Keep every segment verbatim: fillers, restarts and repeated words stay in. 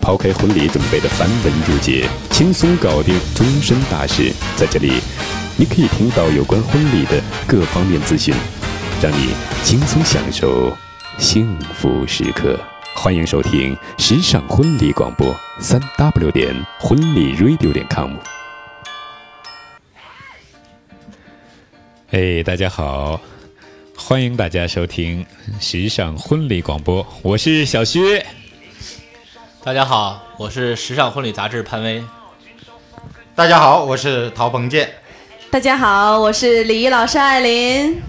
抛开婚礼准备的繁文缛节，轻松搞定终身大事。在这里，你可以听到有关婚礼的各方面资讯，让你轻松享受幸福时刻。欢迎收听时尚婚礼广播，三 w 点婚礼 radio 点 com。哎，大家好，欢迎大家收听时尚婚礼广播，我是小薛。 大家好，我是时尚婚礼杂志潘威。 大家好，我是陶鹏健。 大家好，我是礼仪老师艾琳。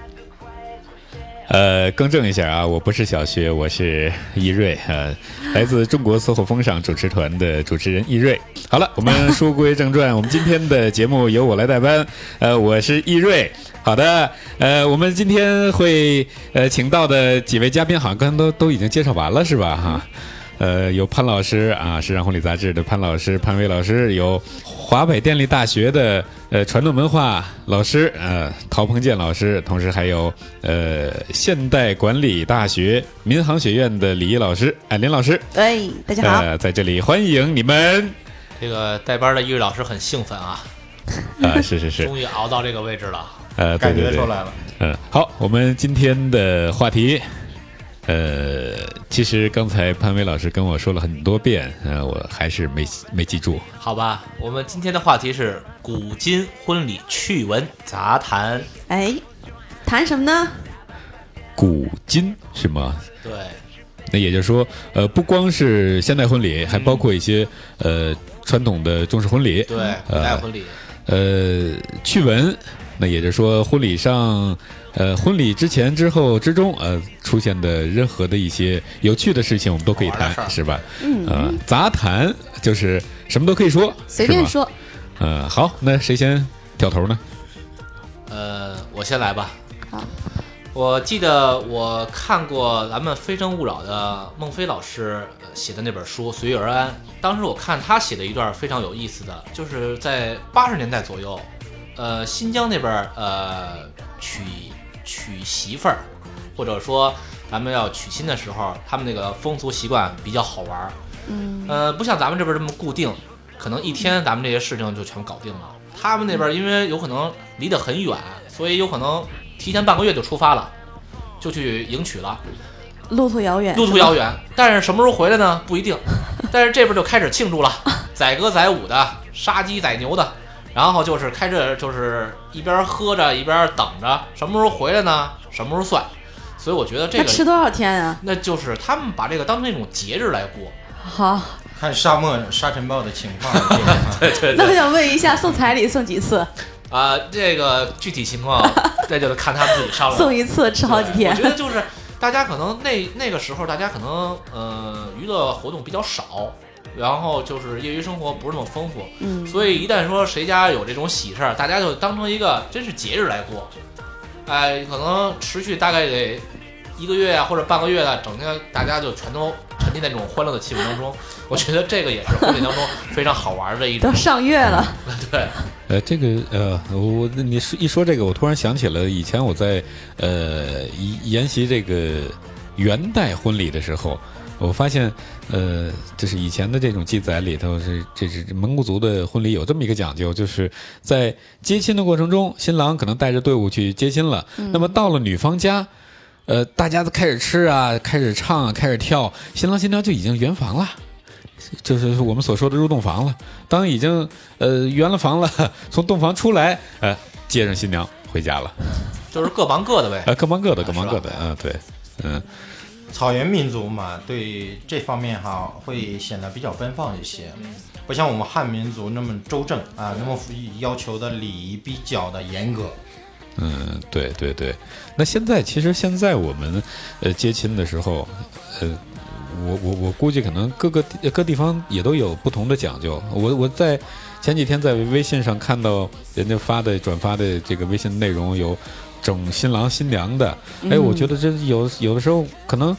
呃，更正一下啊，我不是小薛，我是易瑞，呃，来自中国 S O H O 风尚主持团的主持人易瑞。好了，我们书归正传，我们今天的节目由我来代班，呃，我是易瑞。好的，呃，我们今天会呃请到的几位嘉宾，好像刚刚都都已经介绍完了，是吧？哈。呃，有潘老师啊，时尚婚礼杂志的潘老师、潘威老师，有华北电力大学的呃传统文化老师呃陶鹏健老师，同时还有呃现代管理大学民航学院的礼仪老师艾琳老师。 哎，大家好， 呃，在这里欢迎你们。 这个带班的易瑞老师很兴奋啊， 啊，是是是， 终于熬到这个位置了， 呃，对对对， 感觉出来了。 嗯，好，我们今天的话题。呃，其实刚才潘威老师跟我说了很多遍，呃，我还是没没记住。 好吧，我们今天的话题是古今婚礼趣闻杂谈。 哎，谈什么呢？ 古今是吗？ 对。 那也就是说，呃，不光是现代婚礼，还包括一些、嗯、呃传统的中式婚礼， 对，古代婚礼。 呃，趣闻，那也就是说，婚礼上。呃，婚礼之前、之后、之中，呃，出现的任何的一些有趣的事情，我们都可以谈，是吧？ 嗯， 呃，杂谈就是什么都可以说， 随便说。 呃，好，那谁先挑头呢？ 呃，我先来吧。 好， 我记得我看过咱们《非诚勿扰》的孟非老师写的那本书《随遇而安》，当时我看他写的一段非常有意思的，就是在八十年代左右，呃，新疆那边呃娶。娶媳妇儿，或者说咱们要娶亲的时候，他们那个风俗习惯比较好玩。 嗯， 呃，不像咱们这边这么固定，可能一天咱们这些事情就全搞定了。他们那边因为有可能离得很远，所以有可能提前半个月就出发了，就去迎娶了。 路途遥远， 路途遥远，但是什么时候回来呢？不一定。但是这边就开始庆祝了，载歌载舞的，杀鸡宰牛的。然后就是开着，就是一边喝着一边等着，什么时候回来呢？什么时候算？所以我觉得这个他吃多少天啊？ 那就是他们把这个当成一种节日来过。 好， 看沙漠沙尘暴的情况。 对对对。 那我想问一下，送彩礼送几次？ 啊、呃，这个具体情况那就得看他们自己商量。 送一次吃好几天。 我觉得就是大家可能那那个时候，大家可能呃娱乐活动比较少。然后就是业余生活不是那么丰富， 嗯， 所以一旦说谁家有这种喜事儿，大家就当成一个真是节日来过，哎，可能持续大概得一个月啊或者半个月的，整天大家就全都沉浸在这种欢乐的气氛当中。我觉得这个也是婚礼当中非常好玩的一种。 都上月了， 对。 呃，这个呃，我你一说这个，我突然想起了以前我在呃研习这个元代婚礼的时候。我发现，呃，就是以前的这种记载里头是，这是蒙古族的婚礼有这么一个讲究，就是在接亲的过程中，新郎可能带着队伍去接亲了，嗯、那么到了女方家，呃，大家都开始吃啊，开始唱啊，开始跳，新郎新娘就已经圆房了，就是我们所说的入洞房了。当已经呃圆了房了，从洞房出来，呃，接上新娘回家了， 就是各忙各的呗。 呃，各忙各的，各忙各的，嗯，对，嗯。 草原民族嘛，对这方面哈会显得比较奔放一些，不像我们汉民族那么周正啊，那么要求的礼仪比较的严格。 嗯，对对对。那现在其实现在我们呃接亲的时候，呃，我我我估计可能各个各地方也都有不同的讲究。我我在前几天在微信上看到人家发的转发的这个微信内容有。整新郎新娘的，哎，我觉得这有有的时候可能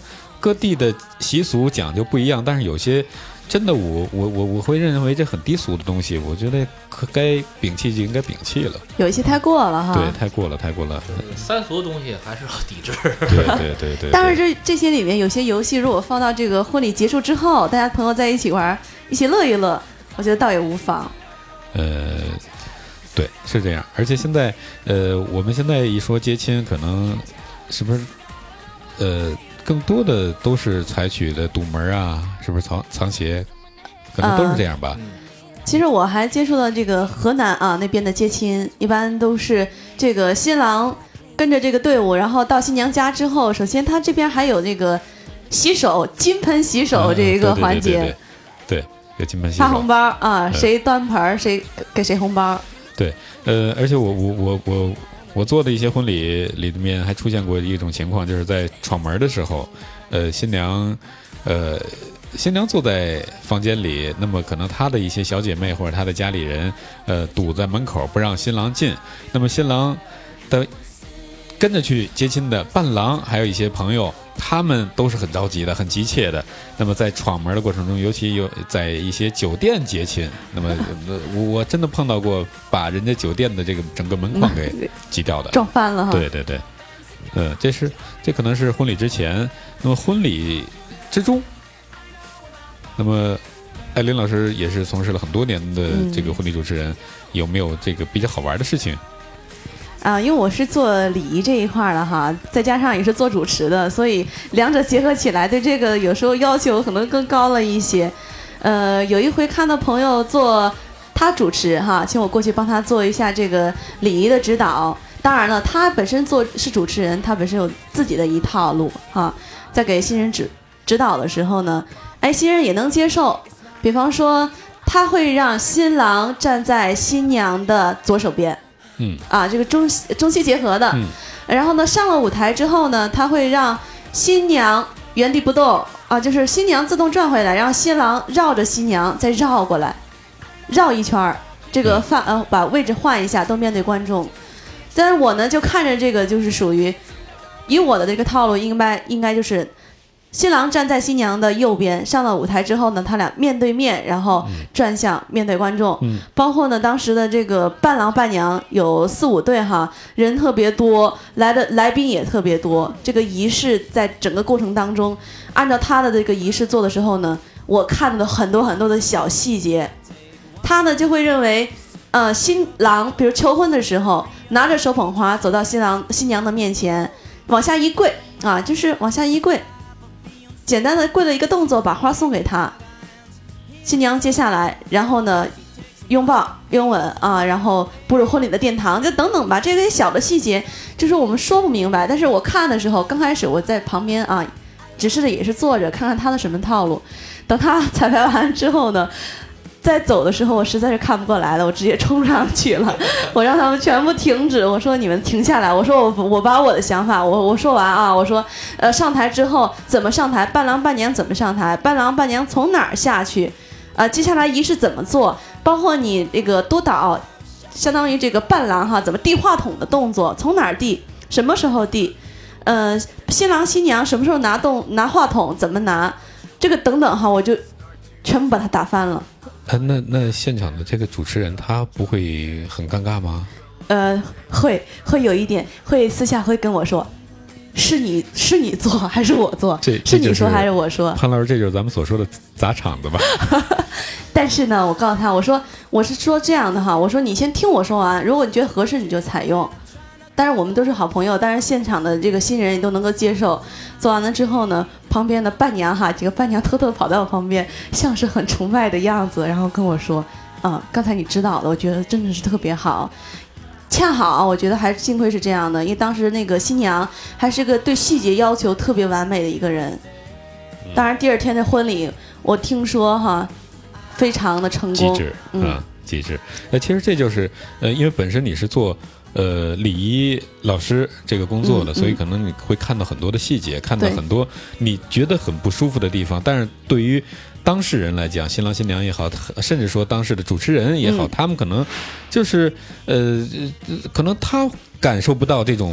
各地的习俗讲究不一样，但是有些真的我我我我会认为这很低俗的东西，我觉得可该摒弃就应该摒弃了。 有一些太过了哈。 对，太过了，太过了。 三俗的东西还是要抵制。 对对对对。 当然这这些里面有些游戏，如果放到这个婚礼结束之后，大家朋友在一起玩，一起乐一乐，我觉得倒也无妨。 呃，对，是这样。而且现在，呃，我们现在一说接亲，可能是不是，呃，更多的都是采取的堵门啊，是不是藏藏鞋，可能都是这样吧。 嗯、 其实我还接触到这个河南啊那边的接亲，一般都是这个新郎跟着这个队伍，然后到新娘家之后，首先他这边还有这个洗手金盆洗手这一个环节。 嗯、对, 对, 对, 对, 对, 对，有金盆洗手。 发红包啊，嗯、谁端盆谁给谁红包。 对，呃，而且我我我我我做的一些婚礼里面还出现过一种情况，就是在闯门的时候，呃，新娘，呃，新娘坐在房间里，那么可能她的一些小姐妹或者她的家里人，呃，堵在门口不让新郎进，那么新郎的跟着去接亲的伴郎还有一些朋友，他们都是很着急的，很急切的。那么在闯门的过程中，尤其有在一些酒店接亲，那么我真的碰到过把人家酒店的这个整个门框给挤掉的， 撞翻了哈。 对对对，呃，这是这可能是婚礼之前，那么婚礼之中，那么艾琳老师也是从事了很多年的这个婚礼主持人，嗯、有没有这个比较好玩的事情？ 啊，因为我是做礼仪这一块的哈，再加上也是做主持的，所以两者结合起来，对这个有时候要求可能更高了一些。呃，有一回看到朋友做他主持哈，请我过去帮他做一下这个礼仪的指导。当然了，他本身做是主持人，他本身有自己的一套路哈，在给新人指指导的时候呢，哎，新人也能接受。比方说，他会让新郎站在新娘的左手边。 嗯啊，这个中中西结合的， 嗯， 然后呢，上了舞台之后呢，他会让新娘原地不动啊，就是新娘自动转回来，然后新郎绕着新娘再绕过来，绕一圈儿，这个换呃把位置换一下，都面对观众。但是我呢就看着这个就是属于，以我的这个套路，应该应该就是。新郎站在新娘的右边，上了舞台之后呢，他俩面对面，然后转向面对观众。 嗯， 包括呢，当时的这个伴郎伴娘有四五对哈，人特别多，来的来宾也特别多。这个仪式在整个过程当中，按照他的这个仪式做的时候呢，我看到很多很多的小细节。他呢就会认为，呃，新郎比如求婚的时候，拿着手捧花走到新郎新娘的面前，往下一跪啊，就是往下一跪。简单的跪了一个动作，把花送给他，新娘接下来，然后呢，拥抱、拥吻啊，然后步入婚礼的殿堂，就等等吧。这些小的细节，就是我们说不明白。但是我看的时候，刚开始我在旁边啊，只是也是坐着看看他的什么套路。等他彩排完之后呢，在走的时候，我实在是看不过来了，我直接冲上去了，我让他们全部停止，我说你们停下来，我说我我把我的想法，我我说完啊，我说呃上台之后怎么上台，伴郎伴娘怎么上台，伴郎伴娘从哪儿下去，啊、呃、接下来仪式怎么做，包括你这个督导，相当于这个伴郎哈怎么递话筒的动作，从哪儿递，什么时候递，呃新郎新娘什么时候拿动拿话筒，怎么拿，这个等等哈，我就全部把它打翻了。 呃，那那现场的这个主持人他不会很尴尬吗？ 呃，会会有一点，会私下会跟我说，是你是你做还是我做？ 这是你说还是我说？ 潘老师，这就是咱们所说的砸场子吧？ 但是呢，我告诉他，我说我是说这样的哈，我说你先听我说完，如果你觉得合适，你就采用。但是我们都是好朋友，但是现场的这个新人也都能够接受。做完了之后呢，旁边的伴娘哈，几个伴娘偷偷跑到我旁边，像是很崇拜的样子，然后跟我说：“啊，刚才你指导的，我觉得真的是特别好。”恰好我觉得还幸亏是这样的，因为当时那个新娘还是个对细节要求特别完美的一个人。当然，第二天的婚礼，我听说哈，非常的成功， 极致，嗯，极致。呃，其实这就是呃，因为本身你是做。呃，礼仪老师这个工作的、嗯嗯，所以可能你会看到很多的细节，看到很多你觉得很不舒服的地方。但是对于当事人来讲，新郎新娘也好，甚至说当时的主持人也好，嗯、他们可能就是呃，可能他感受不到这种不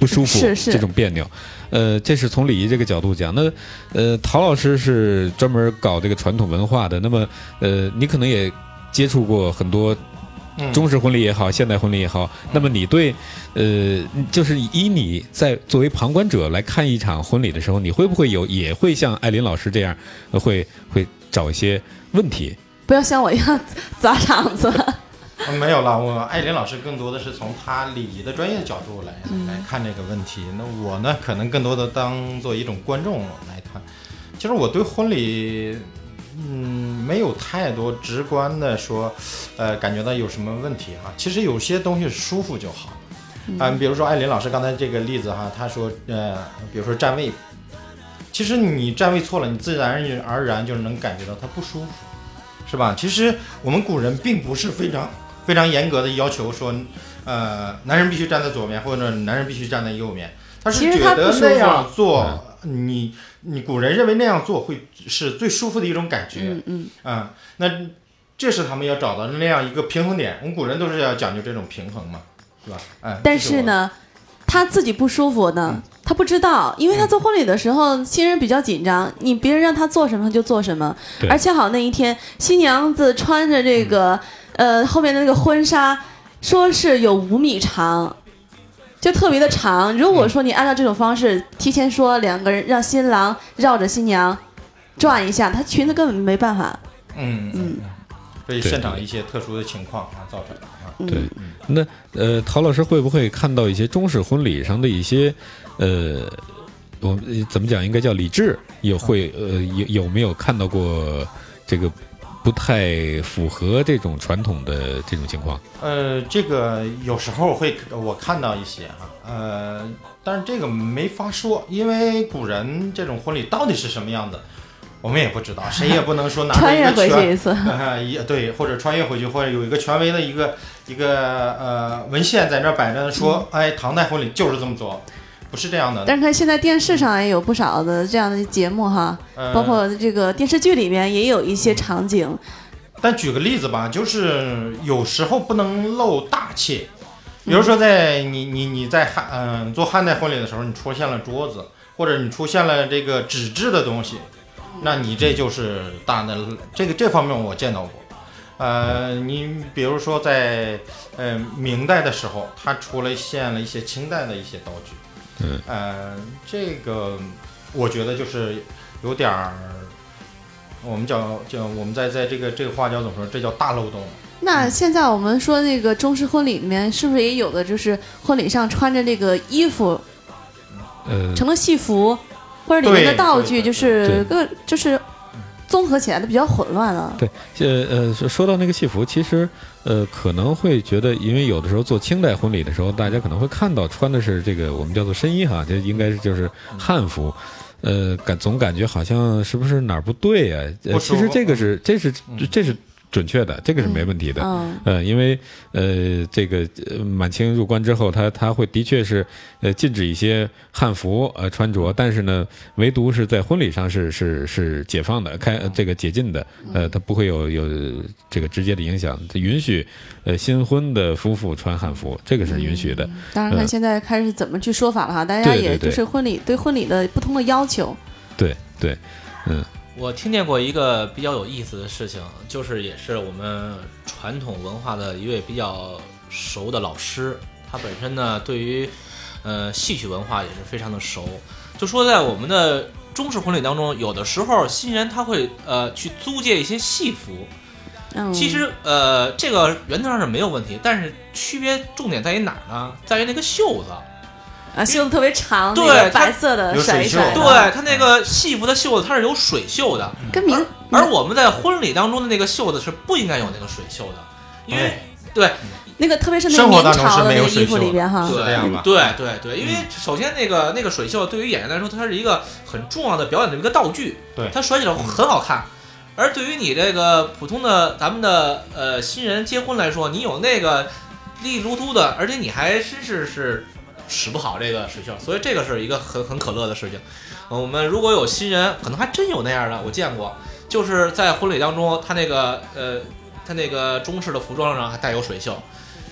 不舒服， 是是这种别扭。呃，这是从礼仪这个角度讲。那呃，陶老师是专门搞这个传统文化的，那么呃，你可能也接触过很多中式婚礼也好，现代婚礼也好。那么你对呃，就是以你在作为旁观者来看一场婚礼的时候，你会不会有也会像艾琳老师这样，呃会会找一些问题？ 不要像我一样砸场子。 没有了，我艾琳老师更多的是从他礼仪的专业角度来、嗯、来看这个问题。那我呢，可能更多的当做一种观众来看。其实我对婚礼，嗯，没有太多直观的说，呃，感觉到有什么问题哈。其实有些东西舒服就好。嗯、呃，比如说艾琳老师刚才这个例子哈，他说，呃，比如说站位，其实你站位错了，你自然而然就能感觉到它不舒服，是吧？其实我们古人并不是非常。非常严格的要求说，呃，男人必须站在左面，或者男人必须站在右面。他是觉得那样做，你你古人认为那样做会是最舒服的一种感觉。 嗯嗯啊、嗯，那这是他们要找到那样一个平衡点。我们古人都是要讲究这种平衡嘛，是吧？哎， 但是呢，他自己不舒服呢。嗯，他不知道，因为他做婚礼的时候，嗯、新人比较紧张，你别人让他做什么他就做什么，而恰好那一天新娘子穿着这个、嗯、呃后面的那个婚纱，说是有五米长，就特别的长。如果说你按照这种方式提前说两个人让新郎绕着新娘转一下，他裙子根本没办法。 嗯嗯，所以现场一些特殊的情况啊造成的啊。 对，那呃，陶老师会不会看到一些中式婚礼上的一些呃，我怎么讲应该叫礼制，有会呃有有没有看到过这个不太符合这种传统的这种情况？ 呃，这个有时候会我看到一些哈，呃，但是这个没法说，因为古人这种婚礼到底是什么样子，我们也不知道，谁也不能说拿着一个穿越回去一次， 呃，也对，或者穿越回去，或者有一个权威的一个一个呃文献在那摆着说，哎，唐代婚礼就是这么做。不是这样的， 但是看现在电视上也有不少的这样的节目哈，呃、包括这个电视剧里面也有一些场景。 但举个例子吧，就是有时候不能露大气，比如说在你你你在汉嗯、呃、做汉代婚礼的时候，你出现了桌子，或者你出现了这个纸质的东西，那你这就是大的这个这方面我见到过。呃，你比如说在呃明代的时候，它出了现了一些清代的一些道具。 嗯， 呃，这个我觉得就是有点儿，我们叫叫我们在在这个这个话叫怎么说？这叫大漏洞。 那现在我们说那个中式婚礼里面，是不是也有的就是婚礼上穿着这个衣服， 呃， 成了戏服，或者里面的道具就是各就是综合起来的比较混乱了。 对，呃呃，说到那个戏服，其实。呃，可能会觉得，因为有的时候做清代婚礼的时候，大家可能会看到穿的是这个我们叫做深衣哈，这应该是就是汉服，呃，感总感觉好像是不是哪儿不对啊？呃，其实这个是这是这是准确的，这个是没问题的。 嗯， 呃，因为呃，这个满清入关之后，他他会的确是呃禁止一些汉服呃穿着，但是呢，唯独是在婚礼上是是是解放的，开这个解禁的，呃，它不会有有这个直接的影响，允许呃新婚的夫妇穿汉服，这个是允许的。 嗯、当然看现在开始怎么去说法了哈，大家也就是婚礼对婚礼的不同的要求。 对对，嗯。 我听见过一个比较有意思的事情，就是也是我们传统文化的一位比较熟的老师，他本身呢对于呃戏曲文化也是非常的熟。就说在我们的中式婚礼当中，有的时候新人他会呃去租借一些戏服， 嗯、 其实呃这个原则上是没有问题，但是区别重点在于哪儿呢？在于那个袖子。 啊，袖子特别长， 对， 那个白色的甩一甩， 对，它那个戏服的袖子它是有水袖的， 跟明而，而我们在婚礼当中的那个袖子是不应该有那个水袖的，因为、哎、对那个特别是那个明朝的那个衣服里边哈， 对对对对，因为首先那个那个水袖对于演员来说，它是一个很重要的表演的一个道具， 对， 它甩起来很好看。而对于你这个普通的咱们的呃新人结婚来说，你有那个利如突的，而且你还真是是。使不好这个水袖，所以这个是一个很很可乐的事情。呃、我们如果有新人，可能还真有那样的，我见过，就是在婚礼当中，他那个呃，他那个中式的服装上还带有水袖，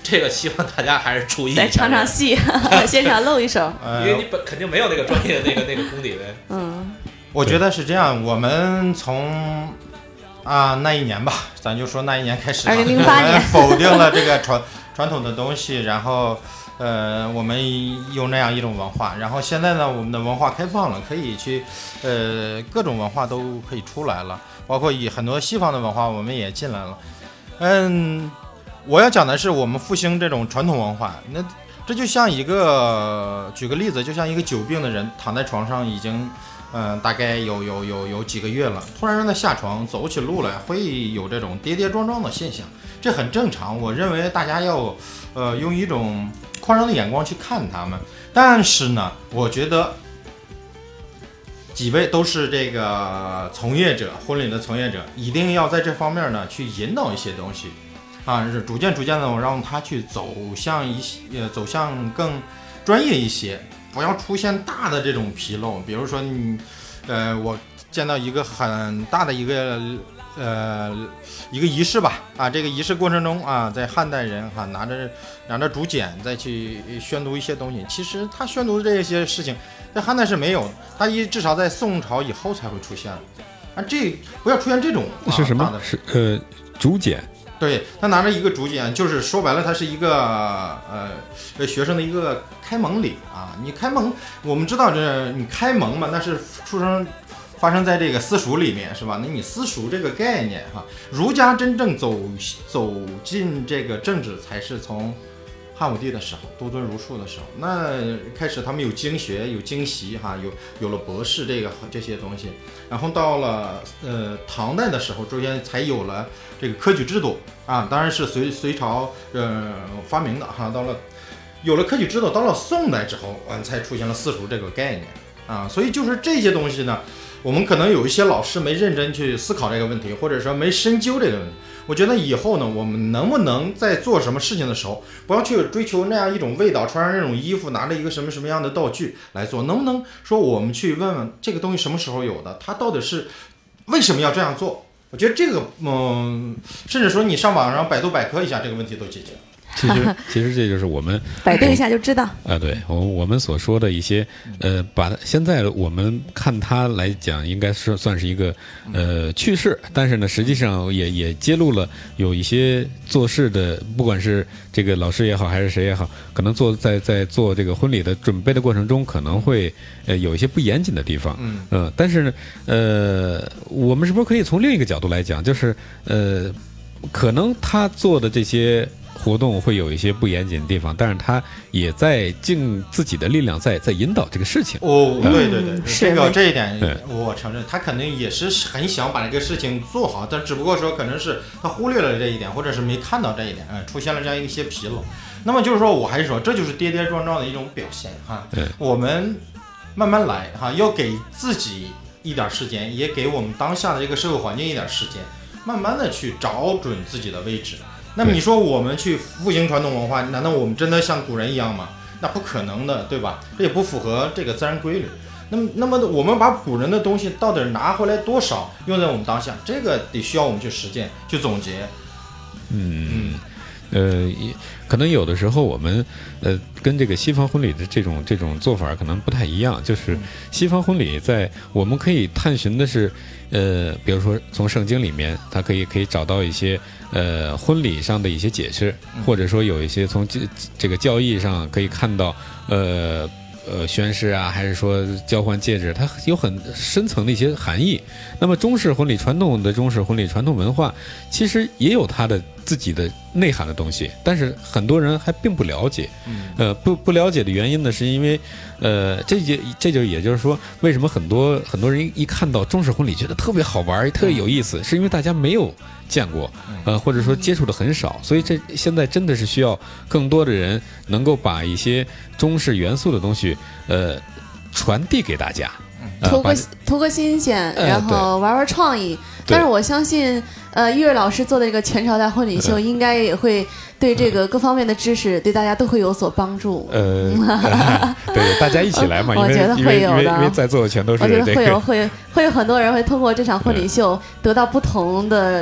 这个希望大家还是注意， 再唱唱戏，现场露一手， 因为你本肯定没有那个专业的那个那个功底呗。 嗯， 我觉得是这样，我们从啊那一年吧，咱就说那一年开始吧， 二零零八年否定了这个传传统的东西，然后呃我们有那样一种文化，然后现在呢我们的文化开放了，可以去呃各种文化都可以出来了，包括以很多西方的文化我们也进来了。嗯，我要讲的是我们复兴这种传统文化，那这就像一个举个例子，就像一个久病的人躺在床上已经嗯，大概有有有有几个月了，突然让他下床走起路来，会有这种跌跌撞撞的现象，这很正常。我认为大家要，呃，用一种宽容的眼光去看他们。但是呢，我觉得几位都是这个从业者，婚礼的从业者，一定要在这方面呢去引导一些东西，啊，是逐渐逐渐的让他去走向一些，呃，走向更专业一些。不要出现大的这种纰漏，比如说你，呃，我见到一个很大的一个呃一个仪式吧，啊，这个仪式过程中啊，在汉代人哈、啊、拿着拿着竹简再去宣读一些东西，其实他宣读的这些事情在汉代是没有，他一至少在宋朝以后才会出现，啊，这不要出现这种、啊、 是什么？是呃竹简。 对，他拿着一个竹简，就是说白了，他是一个呃学生的一个开蒙礼啊。你开蒙，我们知道这你开蒙嘛，那是出生发生在这个私塾里面，是吧？那你私塾这个概念哈、啊，儒家真正走走进这个政治，才是从汉武帝的时候，独尊儒术的时候，那开始他们有经学，有经习哈，有有了博士这个这些东西，然后到了呃唐代的时候，逐渐才有了这个科举制度啊，当然是隋隋朝呃发明的哈，到了有了科举制度，到了宋代之后，嗯，才出现了私塾这个概念啊，所以就是这些东西呢，我们可能有一些老师没认真去思考这个问题，或者说没深究这个问题。我觉得以后呢，我们能不能在做什么事情的时候，不要去追求那样一种味道，穿上那种衣服，拿着一个什么什么样的道具来做，能不能说我们去问问这个东西什么时候有的，它到底是为什么要这样做？我觉得这个，嗯，甚至说你上网上百度百科一下，这个问题都解决了。 其实，其实这就是我们百度一下就知道啊。对，我我们所说的一些，呃，把它现在我们看它来讲，应该是算是一个呃趣事，但是呢，实际上也也揭露了有一些做事的，不管是这个老师也好，还是谁也好，可能做在在做这个婚礼的准备的过程中，可能会呃有一些不严谨的地方，嗯、呃，但是呢，呃，我们是不是可以从另一个角度来讲，就是呃，可能他做的这些活动会有一些不严谨的地方，但是他也在尽自己的力量在在引导这个事情。 哦，对对对， 嗯、 这个这一点我承认，他肯定也是很想把这个事情做好，但只不过说可能是他忽略了这一点，或者是没看到这一点，呃，出现了这样一些纰漏。那么就是说，我还是说，这就是跌跌撞撞的一种表现哈。我们慢慢来哈，要给自己一点时间，也给我们当下的这个社会环境一点时间，慢慢的去找准自己的位置。那么你说我们去复兴传统文化，难道我们真的像古人一样吗？那不可能的，对吧？这也不符合这个自然规律。那么，那么我们把古人的东西到底拿回来多少，用在我们当下，这个得需要我们去实践、去总结。 嗯嗯，呃，可能有的时候我们呃跟这个西方婚礼的这种这种做法可能不太一样，就是西方婚礼在我们可以探寻的是，呃，比如说从圣经里面，它可以可以找到一些。呃，婚礼上的一些解释，或者说有一些从这这个教义上可以看到，呃呃宣誓啊，还是说交换戒指，它有很深层的一些含义。那么中式婚礼传统的中式婚礼传统文化，其实也有它的自己的内涵的东西，但是很多人还并不了解。呃，不不了解的原因呢，是因为，呃，这就这就也就是说，为什么很多很多人一看到中式婚礼觉得特别好玩，特别有意思，是因为大家没有见过，呃，或者说接触的很少，所以这现在真的是需要更多的人能够把一些中式元素的东西，呃，传递给大家， 呃、图个图个新鲜，然后玩玩创意。但是我相信，呃，玉儿老师做的这个全朝代婚礼秀，应该也会对这个各方面的知识，对大家都会有所帮助。 呃，对，大家一起来嘛， 我觉得会有的， 因为在座的全都是、 这个，我觉得会有会会有很多人会通过这场婚礼秀得到不同的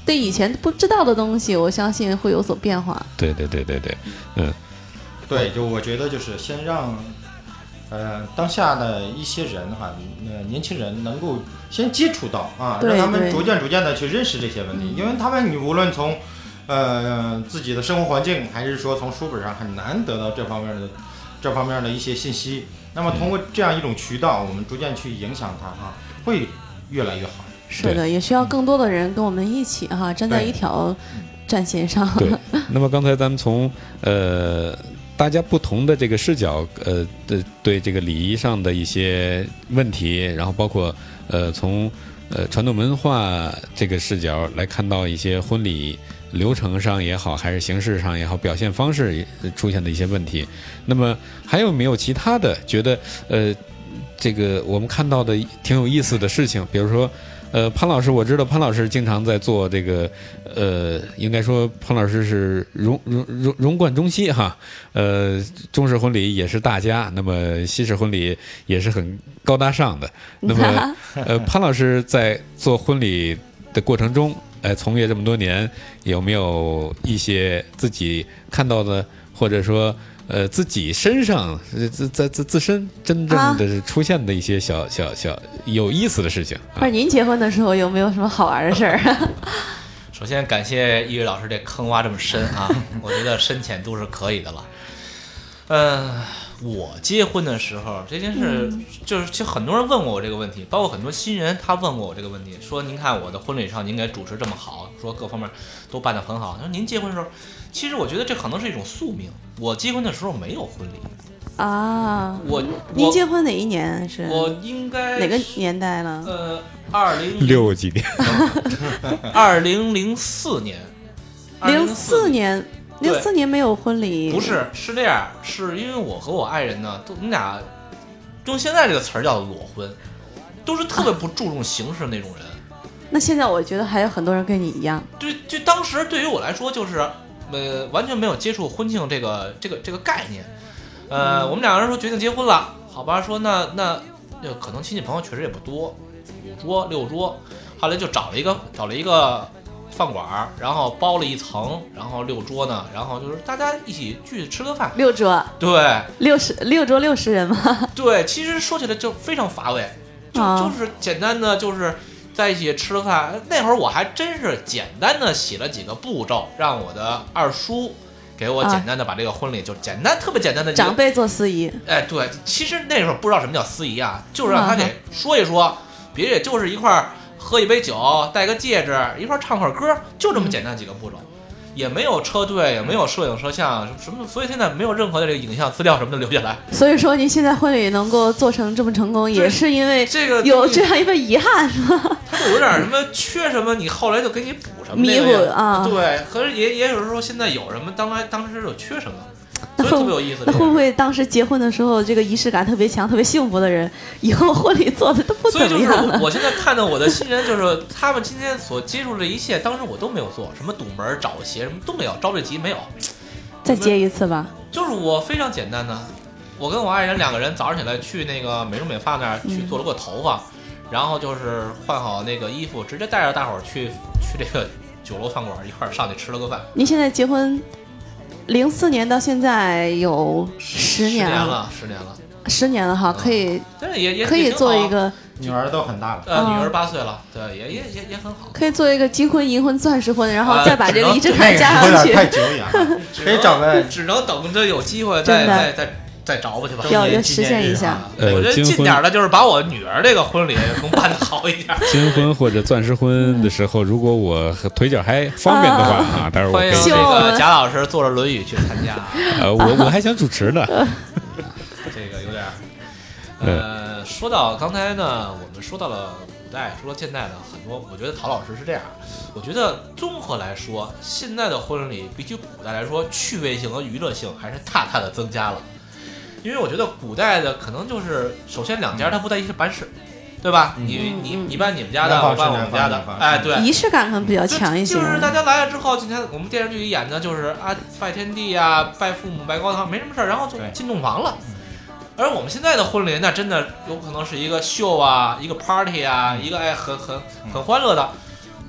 对以前不知道的东西，我相信会有所变化。 对对对对对，嗯， 对，就我觉得就是先让，呃，当下的一些人哈，呃，年轻人能够先接触到啊， 对让他们对逐渐逐渐的去认识这些问题，因为他们你无论从，呃，自己的生活环境，还是说从书本上很难得到这方面的这方面的一些信息。那么通过这样一种渠道，我们逐渐去影响它啊，会越来越好。 是的，也需要更多的人跟我们一起哈，站在一条战线上。 对。那么刚才咱们从呃大家不同的这个视角，呃对对这个礼仪上的一些问题，然后包括呃从呃传统文化这个视角来看到一些婚礼流程上也好，还是形式上也好，表现方式出现的一些问题。那么还有没有其他的觉得呃这个我们看到的挺有意思的事情？比如说呃潘老师，我知道潘老师经常在做这个呃应该说潘老师是融融融融贯中西哈，呃中式婚礼也是大家，那么西式婚礼也是很高大上的。那么呃潘老师在做婚礼的过程中，呃，从业这么多年，有没有一些自己看到的，或者说，呃，自己身上自在自自身真正的出现的一些小小小有意思的事情？ 或者您结婚的时候有没有什么好玩的事儿？ 首先感谢一位老师这坑挖这么深啊，我觉得深浅度是可以的了。嗯，我结婚的时候这件事，就是其实很多人问过我这个问题，包括很多新人他问过我这个问题，说您看我的婚礼上您给主持这么好，说各方面都办得很好，那您结婚的时候，其实我觉得这可能是一种宿命。我结婚的时候没有婚礼啊， 我您结婚哪一年是？ 我应该哪个年代了？ 呃，二零六几年， 二零零四年， 零四年。零四年没有婚礼， 不是，是这样，是因为我和我爱人呢，都我们俩用现在这个词儿叫裸婚，都是特别不注重形式的那种人。 啊、那现在我觉得还有很多人跟你一样。 对，就当时对于我来说，就是呃完全没有接触婚庆这个这个这个概念。呃，嗯、我们两个人说决定结婚了，好吧，说那那可能亲戚朋友确实也不多，五桌六桌，后来就找了一个找了一个。饭馆，然后包了一层，然后六桌呢，然后就是大家一起聚吃个饭。 六桌， 对， 六十六桌六十人吗？ 对，其实说起来就非常乏味，就、哦、就是简单的就是在一起吃了饭。那会儿我还真是简单的写了几个步骤，让我的二叔给我简单的把这个婚礼就简单、啊、特别简单的长辈做司仪。 哎，对，其实那时候不知道什么叫司仪啊，就是让他给说一说，别也就是一块儿。喝一杯酒，戴个戒指，一块唱会儿歌，就这么简单几个步骤，也没有车队，也没有摄影摄像什么，所以现在没有任何的这个影像资料什么的留下来。 所以说，您现在婚礼能够做成这么成功，也是因为这个有这样一份遗憾，是吧？ 它就有点什么缺什么，你后来就给你补什么， 弥补啊。 对，可是也也有时候现在有什么，当来当时有缺什么。所以特别有意思。 那会不会当时结婚的时候，这个仪式感特别强、特别幸福的人，以后婚礼做的都不怎么样了？ 所以就是我，我现在看到我的新人，就是他们今天所接触的一切，当时我都没有做，什么堵门、找鞋什么都没有，招对吉没有。 再接一次吧。 就是我非常简单的，我跟我爱人两个人早上起来去那个美容美发那儿去做了个头发，嗯、然后就是换好那个衣服，直接带着大伙儿去去这个酒楼饭馆一块儿上去吃了个饭。 您现在结婚？零四年到现在有十年了，十年了， 十年了哈，可以， 但是也也可以做一个女儿都很大了， 呃，女儿八岁了，对，也也也也很好， 可以做一个金婚、银婚、钻石婚，然后再把这个仪式感加上去， 太久远了，可以找个， 只能等着有机会再再再再找过去吧， 要要实现一下。 呃，我觉得近点的就是把我女儿这个婚礼能办得好一点。 金婚或者钻石婚的时候，如果我腿脚还方便的话啊，待会儿我可以。 欢迎这个贾老师坐着轮椅去参加。 呃，我我还想主持呢。 这个有点，呃，说到刚才呢，我们说到了古代，说到现代的很多，我觉得陶老师是这样。我觉得综合来说，现在的婚礼比起古代来说，趣味性和娱乐性还是大大的增加了。因为我觉得古代的可能就是首先两家他不在一起办事，对吧？ 嗯、 你你你办你们家的，我办我们家的，哎，对， 仪式感可能比较强一些。 就, 就是大家来了之后，今天我们电视剧里演的就是啊，拜天地啊，拜父母，拜高堂，没什么事儿，然后就进洞房了。而我们现在的婚礼，那真的有可能是一个秀啊，一个 party 啊，一个哎很很很欢乐的。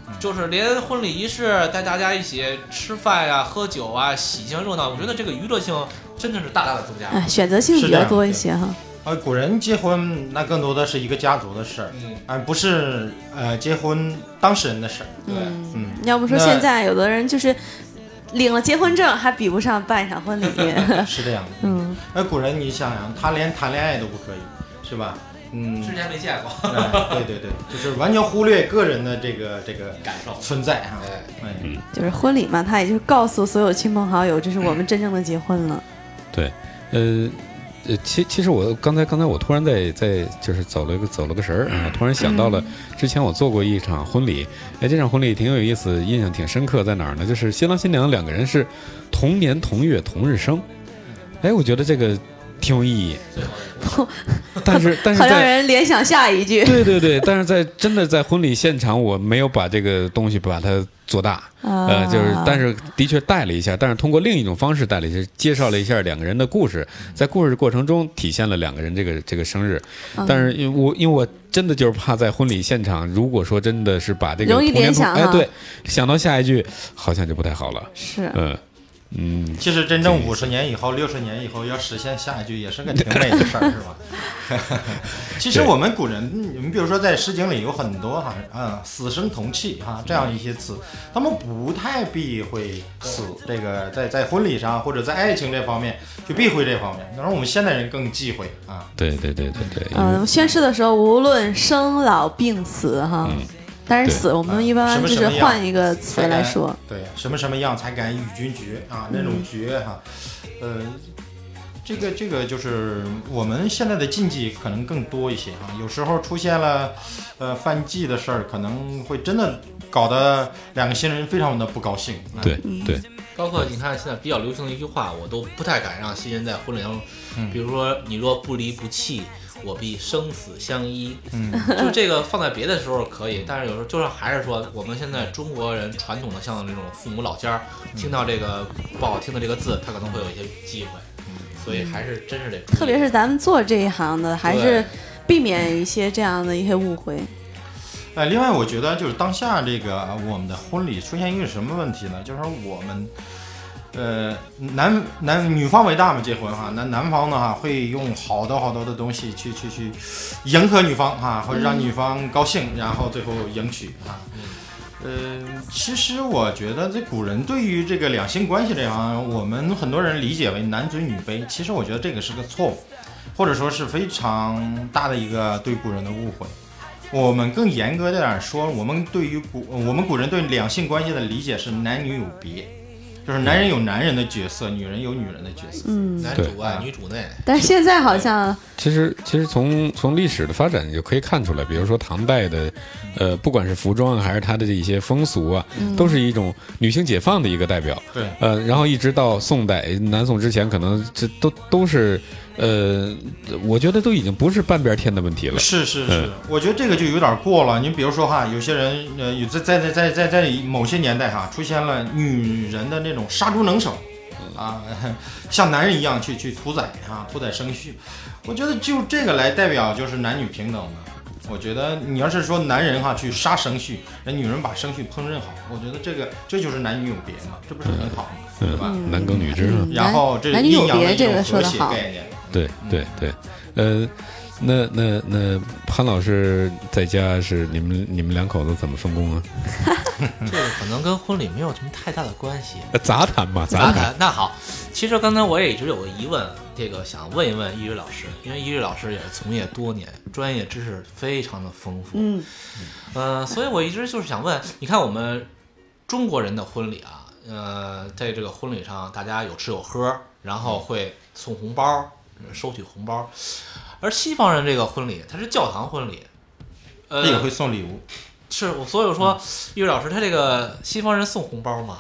就是连婚礼仪式带大家一起吃饭呀、喝酒啊、喜庆热闹，我觉得这个娱乐性真的是大大的增加。 哎，选择性比较多一些哈。 呃，古人结婚那更多的是一个家族的事儿， 嗯， 而不是呃结婚当事人的事儿。 对， 嗯，要不说现在有的人就是领了结婚证还比不上办一场婚礼。 是这样的。 嗯， 而古人你想想，他连谈恋爱都不可以，是吧？嗯， 之前没见过。 哎、对对对，就是完全忽略个人的这个这个感受存在哈。 哎， 嗯， 就是婚礼嘛，他也就是告诉所有亲朋好友，这是我们真正的结婚了。 对，呃。呃，其其实我刚才刚才我突然在在就是走了个走了个神儿啊，突然想到了之前我做过一场婚礼，哎，这场婚礼挺有意思，印象挺深刻，在哪儿呢？就是新郎新娘两个人是同年同月同日生，哎，我觉得这个挺有意义。但是但是好让人联想下一句。 对对对，但是在真的在婚礼现场，我没有把这个东西把它做大， 啊、 呃，就是但是的确带了一下，但是通过另一种方式带了一下，介绍了一下两个人的故事，在故事过程中体现了两个人这个这个生日。 嗯、 但是因为我因为我真的就是怕在婚礼现场，如果说真的是把这个容易联想， 哎，对，想到下一句好像就不太好了。 是， 嗯。嗯， 其实真正五十年以后、六十年以后要实现下一句，也是个挺美的事儿，是吧？其实我们古人，你比如说在《诗经》里有很多哈，啊、嗯，死生同气哈这样一些词，他们不太避讳死这个，在在婚礼上或者在爱情这方面去避讳这方面，当然我们现代人更忌讳啊。 对对对对对。 嗯、呃，宣誓的时候无论生老病死哈。嗯，但是死，我们一般就是换一个词来说。 对，什么什么样才敢与君绝啊？那种绝哈、啊，呃，这个这个就是我们现在的禁忌可能更多一些哈、啊。有时候出现了呃犯忌的事儿，可能会真的搞得两个新人非常的不高兴。 对、啊、对。 包括你看现在比较流行的一句话，我都不太敢让新人在婚礼上，嗯、比如说你若不离不弃，我必生死相依。 嗯， 就这个放在别的时候可以，但是有时候就是还是说我们现在中国人传统的像这种父母老家听到这个不好听的这个字，他可能会有一些忌讳，所以还是真是得注意。 特别是咱们做这一行的，还是避免一些这样的一些误会。 呃，另外我觉得就是当下这个我们的婚礼出现一个什么问题呢？就是我们。呃，男男女方为大嘛，结婚哈，男男方呢哈会用好多好多的东西去去去迎合女方哈，或者让女方高兴，然后最后迎娶哈。呃，其实我觉得这古人对于这个两性关系这行，我们很多人理解为男尊女卑，其实我觉得这个是个错误，或者说是非常大的一个对古人的误会。我们更严格的点说，我们对于古我们古人对两性关系的理解是男女有别。就是男人有男人的角色，女人有女人的角色， 嗯， 男主外女主内。 但是现在好像， 其实其实从从历史的发展你就可以看出来，比如说唐代的，呃，不管是服装还是它的这一些风俗啊， 嗯、 都是一种女性解放的一个代表。 对， 呃，然后一直到宋代，南宋之前，可能这都都是。呃，我觉得都已经不是半边天的问题了。 是是是、嗯，我觉得这个就有点过了。你比如说哈，有些人呃，有在在在在在某些年代哈，出现了女人的那种杀猪能手啊，像男人一样去去屠宰啊，屠宰生育。我觉得就这个来代表就是男女平等的。我觉得你要是说男人哈去杀生畜，那女人把生畜烹饪好，我觉得这个这就是男女有别嘛，这不是很好吗？ 嗯、 对吧？ 嗯、男耕女织。 嗯、 然后这男女有别， 阴阳的一这个种和说得好。 谐概念。 对对对，呃，那那那潘老师在家是你们你们两口子怎么分工啊？ 这个可能跟婚礼没有什么太大的关系， 杂谈嘛， 杂谈。 那好，其实刚才我也一直有个疑问，这个想问一问易瑞老师，因为易瑞老师也是从业多年，专业知识非常的丰富， 嗯， 呃，所以我一直就是想问，你看我们中国人的婚礼啊，呃，在这个婚礼上大家有吃有喝，然后会送红包。收取红包，而西方人这个婚礼，它是教堂婚礼，呃， 他也会送礼物。 是，所以我说，易瑞老师，他这个西方人送红包吗？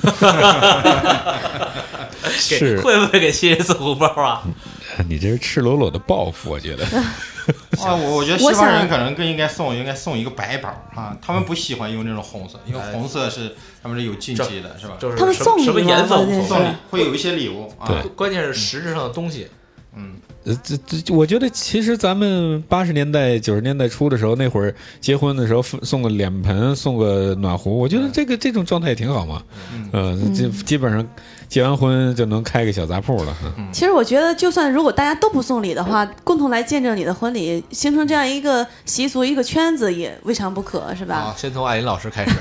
是会不会给新人送红包啊？ 你这是赤裸裸的报复，我觉得。 啊，我我觉得西方人可能更应该送，应该送一个白包啊，他们不喜欢用那种红色，因为红色是他们是有禁忌的，是吧？ 就是他们送什么颜色无所谓， 送礼会有一些礼物啊， 关键是实质上的东西。 嗯， 呃，这这，我觉得其实咱们八十年代、九十年代初的时候，那会儿结婚的时候送个脸盆、送个暖壶，我觉得这个这种状态也挺好嘛。嗯，呃，这基本上结完婚就能开个小杂铺了。 嗯、其实我觉得，就算如果大家都不送礼的话，共同来见证你的婚礼，形成这样一个习俗、一个圈子，也未尝不可，是吧？ 好，先从艾琳老师开始。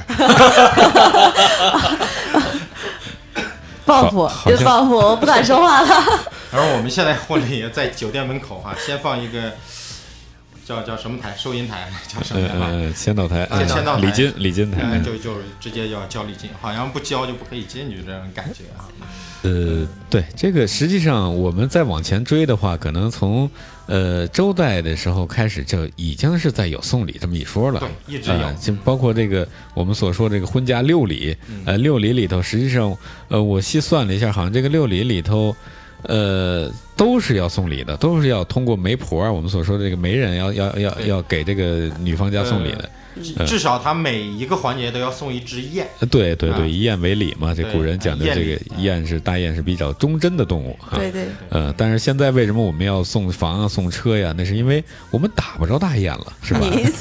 报复，就是报复，我不敢说话了。 而我们现在婚礼在酒店门口哈、啊，先放一个叫叫什么台，收银台叫什么台？ 呃，签到台， 呃，签到台， 礼金礼金台， 就就直接要交礼金，好像不交就不可以进去这种感觉啊。 呃，对，这个实际上我们再往前追的话，可能从呃周代的时候开始就已经是在有送礼这么一说了。 对，一直有， 呃、就包括这个我们所说这个婚嫁六礼，呃，六礼里头，实际上呃我细算了一下，好像这个六礼里头，呃，都是要送礼的，都是要通过媒婆，我们所说的这个媒人要要要要给这个女方家送礼的。 呃、至少他每一个环节都要送一只雁。 对对对，以雁为礼嘛，这古人讲的这个雁是大雁是比较忠贞的动物哈。 对对。 呃，但是现在为什么我们要送房啊、送车呀？那是因为我们打不着大雁了，是吧？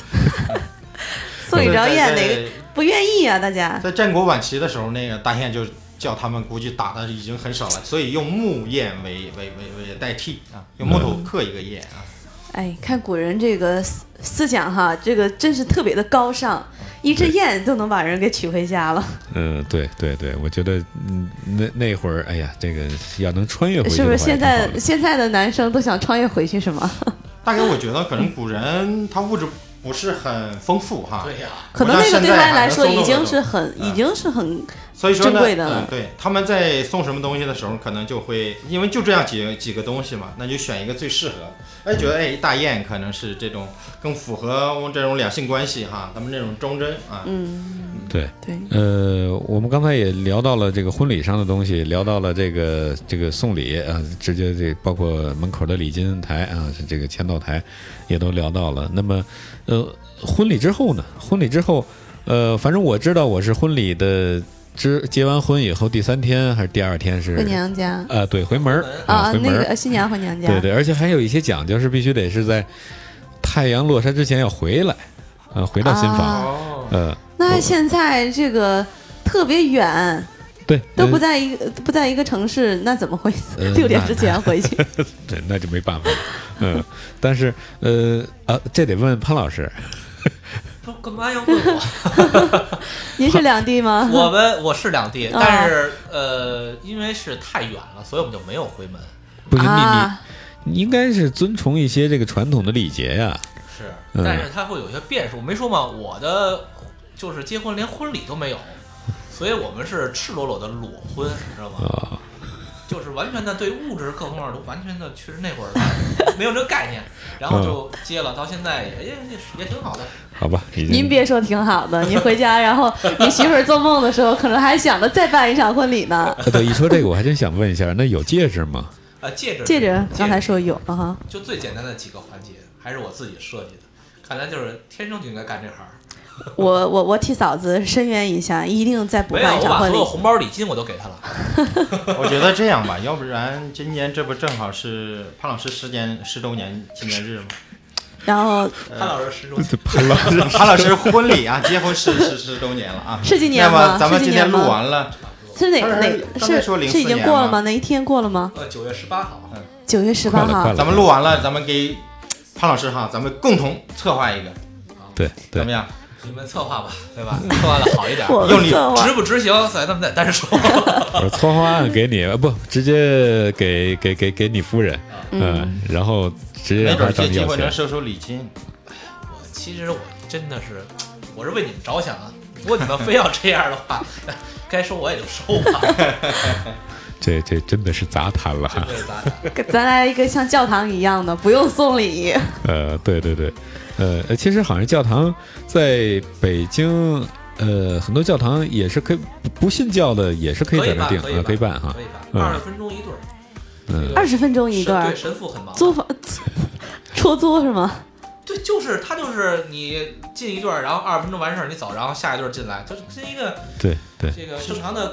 送一着雁，哪个不愿意啊？大家在战国晚期的时候，那个大雁就叫他们估计打的已经很少了，所以用木雁为为为为代替啊，用木头刻一个雁啊。 哎，看古人这个思思想哈，这个真是特别的高尚，一只雁都能把人给娶回家了。 嗯，对对对，我觉得嗯，那那会儿，哎呀，这个要能穿越回去， 是不是现在现在的男生都想穿越回去是吗？ 大概我觉得可能古人他物质不是很丰富哈。 对呀， 可能那个对他来说已经是很已经是很所以说呢， 珍贵的了。 嗯，对，他们在送什么东西的时候，可能就会因为就这样几几个东西嘛，那就选一个最适合。哎，觉得哎大雁可能是这种更符合我们这种两性关系哈，他们这种忠贞啊。 嗯， 对对。 呃，我们刚才也聊到了这个婚礼上的东西，聊到了这个这个送礼啊，直接这包括门口的礼金台啊，这个签到台也都聊到了。那么，呃，婚礼之后呢？婚礼之后，呃，反正我知道我是婚礼的。之结完婚以后，第三天还是第二天是回娘家啊、呃，对，回门啊， 回门那个新娘回娘家， 对对，而且还有一些讲究是必须得是在太阳落山之前要回来，呃，回到新房， 啊、 呃， 那现在这个特别远， 对， 都不在一个、呃、不在一个城市，那怎么回？呃、六点之前回去， 对，那就没办法了，嗯，但是呃啊，这得问潘老师。 不，干嘛要问我？ 您是两地吗？ 我们我是两地，但是呃，因为是太远了，所以我们就没有回门。 不是、 啊、 你，你应该是遵从一些这个传统的礼节呀。 是， 嗯、 但是它会有一些变数。我没说吗？我的就是结婚连婚礼都没有，所以我们是赤裸裸的裸婚，你知道吗？ 啊。 就是完全的对物质各方面都完全的，确实那会儿没有这个概念，然后就接了，到现在也也也挺好的。 好吧， 您别说挺好的，您回家，然后你媳妇儿做梦的时候，可能还想着再办一场婚礼呢。 对，一说这个，我还真想问一下，那有戒指吗？ 呃，戒指， 戒指，刚才说有啊哈。 就最简单的几个环节，还是我自己设计的，看来就是天生就应该干这行。 我我我替嫂子申冤一下，一定再补办一场婚礼。 没有，我把所有红包礼金我都给她了。 我觉得这样吧，要不然今年这不正好是潘老师十年十周年纪念日吗？ 然后潘老师十周年， 潘老师潘老师婚礼啊，结婚十十十周年了啊， 是今年吗？ 那么咱们今天录完了， 是哪哪是是已经过了吗？哪一天过了吗？ 呃，九月十八号。 嗯， 九月十八号。 咱们录完了，咱们给潘老师哈，咱们共同策划一个， 对对， 怎么样？ 你们策划吧，对吧？策划的好一点， 用力执不执行，咱咱们再单说。 我策划案给你，不直接给给给给你夫人，嗯，然后直接让他当没准借机会能收收礼金。 我其实我真的是，我是为你们着想啊。如果你们非要这样的话，该收我也就收吧。 这这真的是杂谈了哈。 咱来一个像教堂一样的，不用送礼。 呃，对对对。呃，其实好像教堂在北京，呃，很多教堂也是可以，不信教的也是可以在那订啊，可以办哈， 可以办，二十分钟一对儿， 嗯， 二十分钟一对儿， 对，神父很忙， 租房出租是吗？ 对，就是他就是你进一对儿，然后二十分钟完事儿你走，然后下一对儿进来，就是是一个对对这个正常的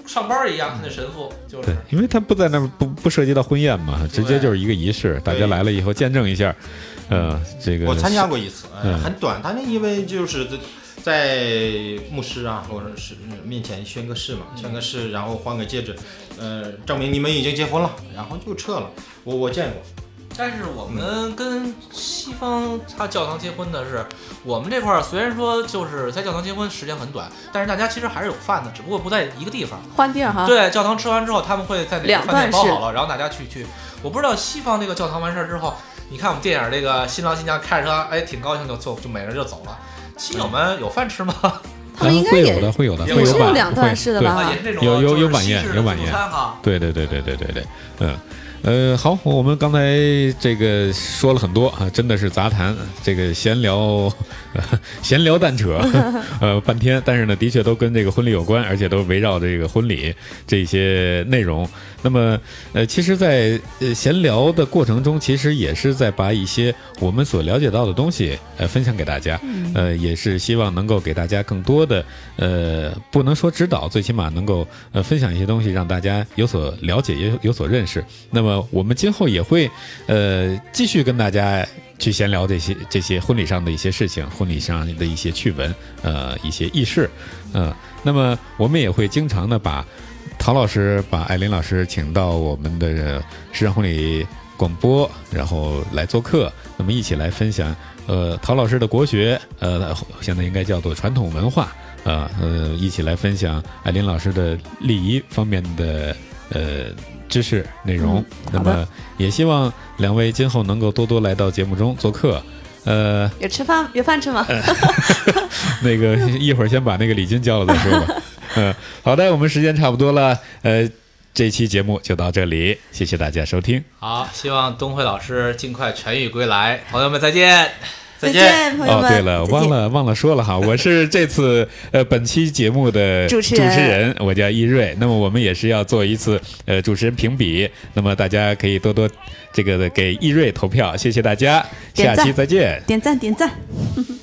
上班一样，他那神父就是对，因为他不在那儿不不涉及到婚宴嘛，直接就是一个仪式，大家来了以后见证一下，呃，这个我参加过一次，呃、 嗯、 很短，他那因为就是在牧师啊或者是面前宣个誓嘛，宣个誓，然后换个戒指，呃，证明你们已经结婚了，然后就撤了。我我见过。 但是我们跟西方他教堂结婚的是，我们这块儿虽然说就是在教堂结婚时间很短，但是大家其实还是有饭的，只不过不在一个地方， 换地儿哈。 对，教堂吃完之后，他们会在哪个饭店包好了，然后大家去去。我不知道西方那个教堂完事儿之后，你看我们电影这个新郎新娘开着车，哎，挺高兴就就就每人就走了。亲友们有饭吃吗？ 他们应该也会有的，会有的， 也是有两段式的吧？ 也是那种有有有晚宴，有晚宴哈。 对对对对对对对，嗯。呃，好，我们刚才这个说了很多啊，真的是杂谈，这个闲聊，呃、闲聊蛋扯，呃，半天，但是呢，的确都跟这个婚礼有关，而且都围绕这个婚礼这些内容。那么，呃，其实在，在呃闲聊的过程中，其实也是在把一些我们所了解到的东西，呃，分享给大家，呃，也是希望能够给大家更多的，呃，不能说指导，最起码能够呃分享一些东西，让大家有所了解，也有有所认识。那么我们今后也会，呃，继续跟大家去闲聊这些这些婚礼上的一些事情，婚礼上的一些趣闻，呃，一些轶事，嗯、呃，那么我们也会经常的把陶老师、把艾琳老师请到我们的时尚婚礼广播，然后来做客，那么一起来分享，呃，陶老师的国学，呃，现在应该叫做传统文化，呃呃，一起来分享艾琳老师的礼仪方面的呃。知识内容、嗯，那么也希望两位今后能够多多来到节目中做客。呃， 有吃饭有饭吃吗？呃、 那个一会儿先把那个礼金交了再说吧。嗯、呃，好的，我们时间差不多了，呃，这期节目就到这里，谢谢大家收听。 好，希望东辉老师尽快痊愈归来，朋友们再见。 再见，朋友们。 哦，对了，忘了忘了说了哈，我是这次呃本期节目的主持人， 主持人我叫易瑞。那么我们也是要做一次呃主持人评比，那么大家可以多多这个给易瑞投票，谢谢大家，下期再见， 点赞点赞。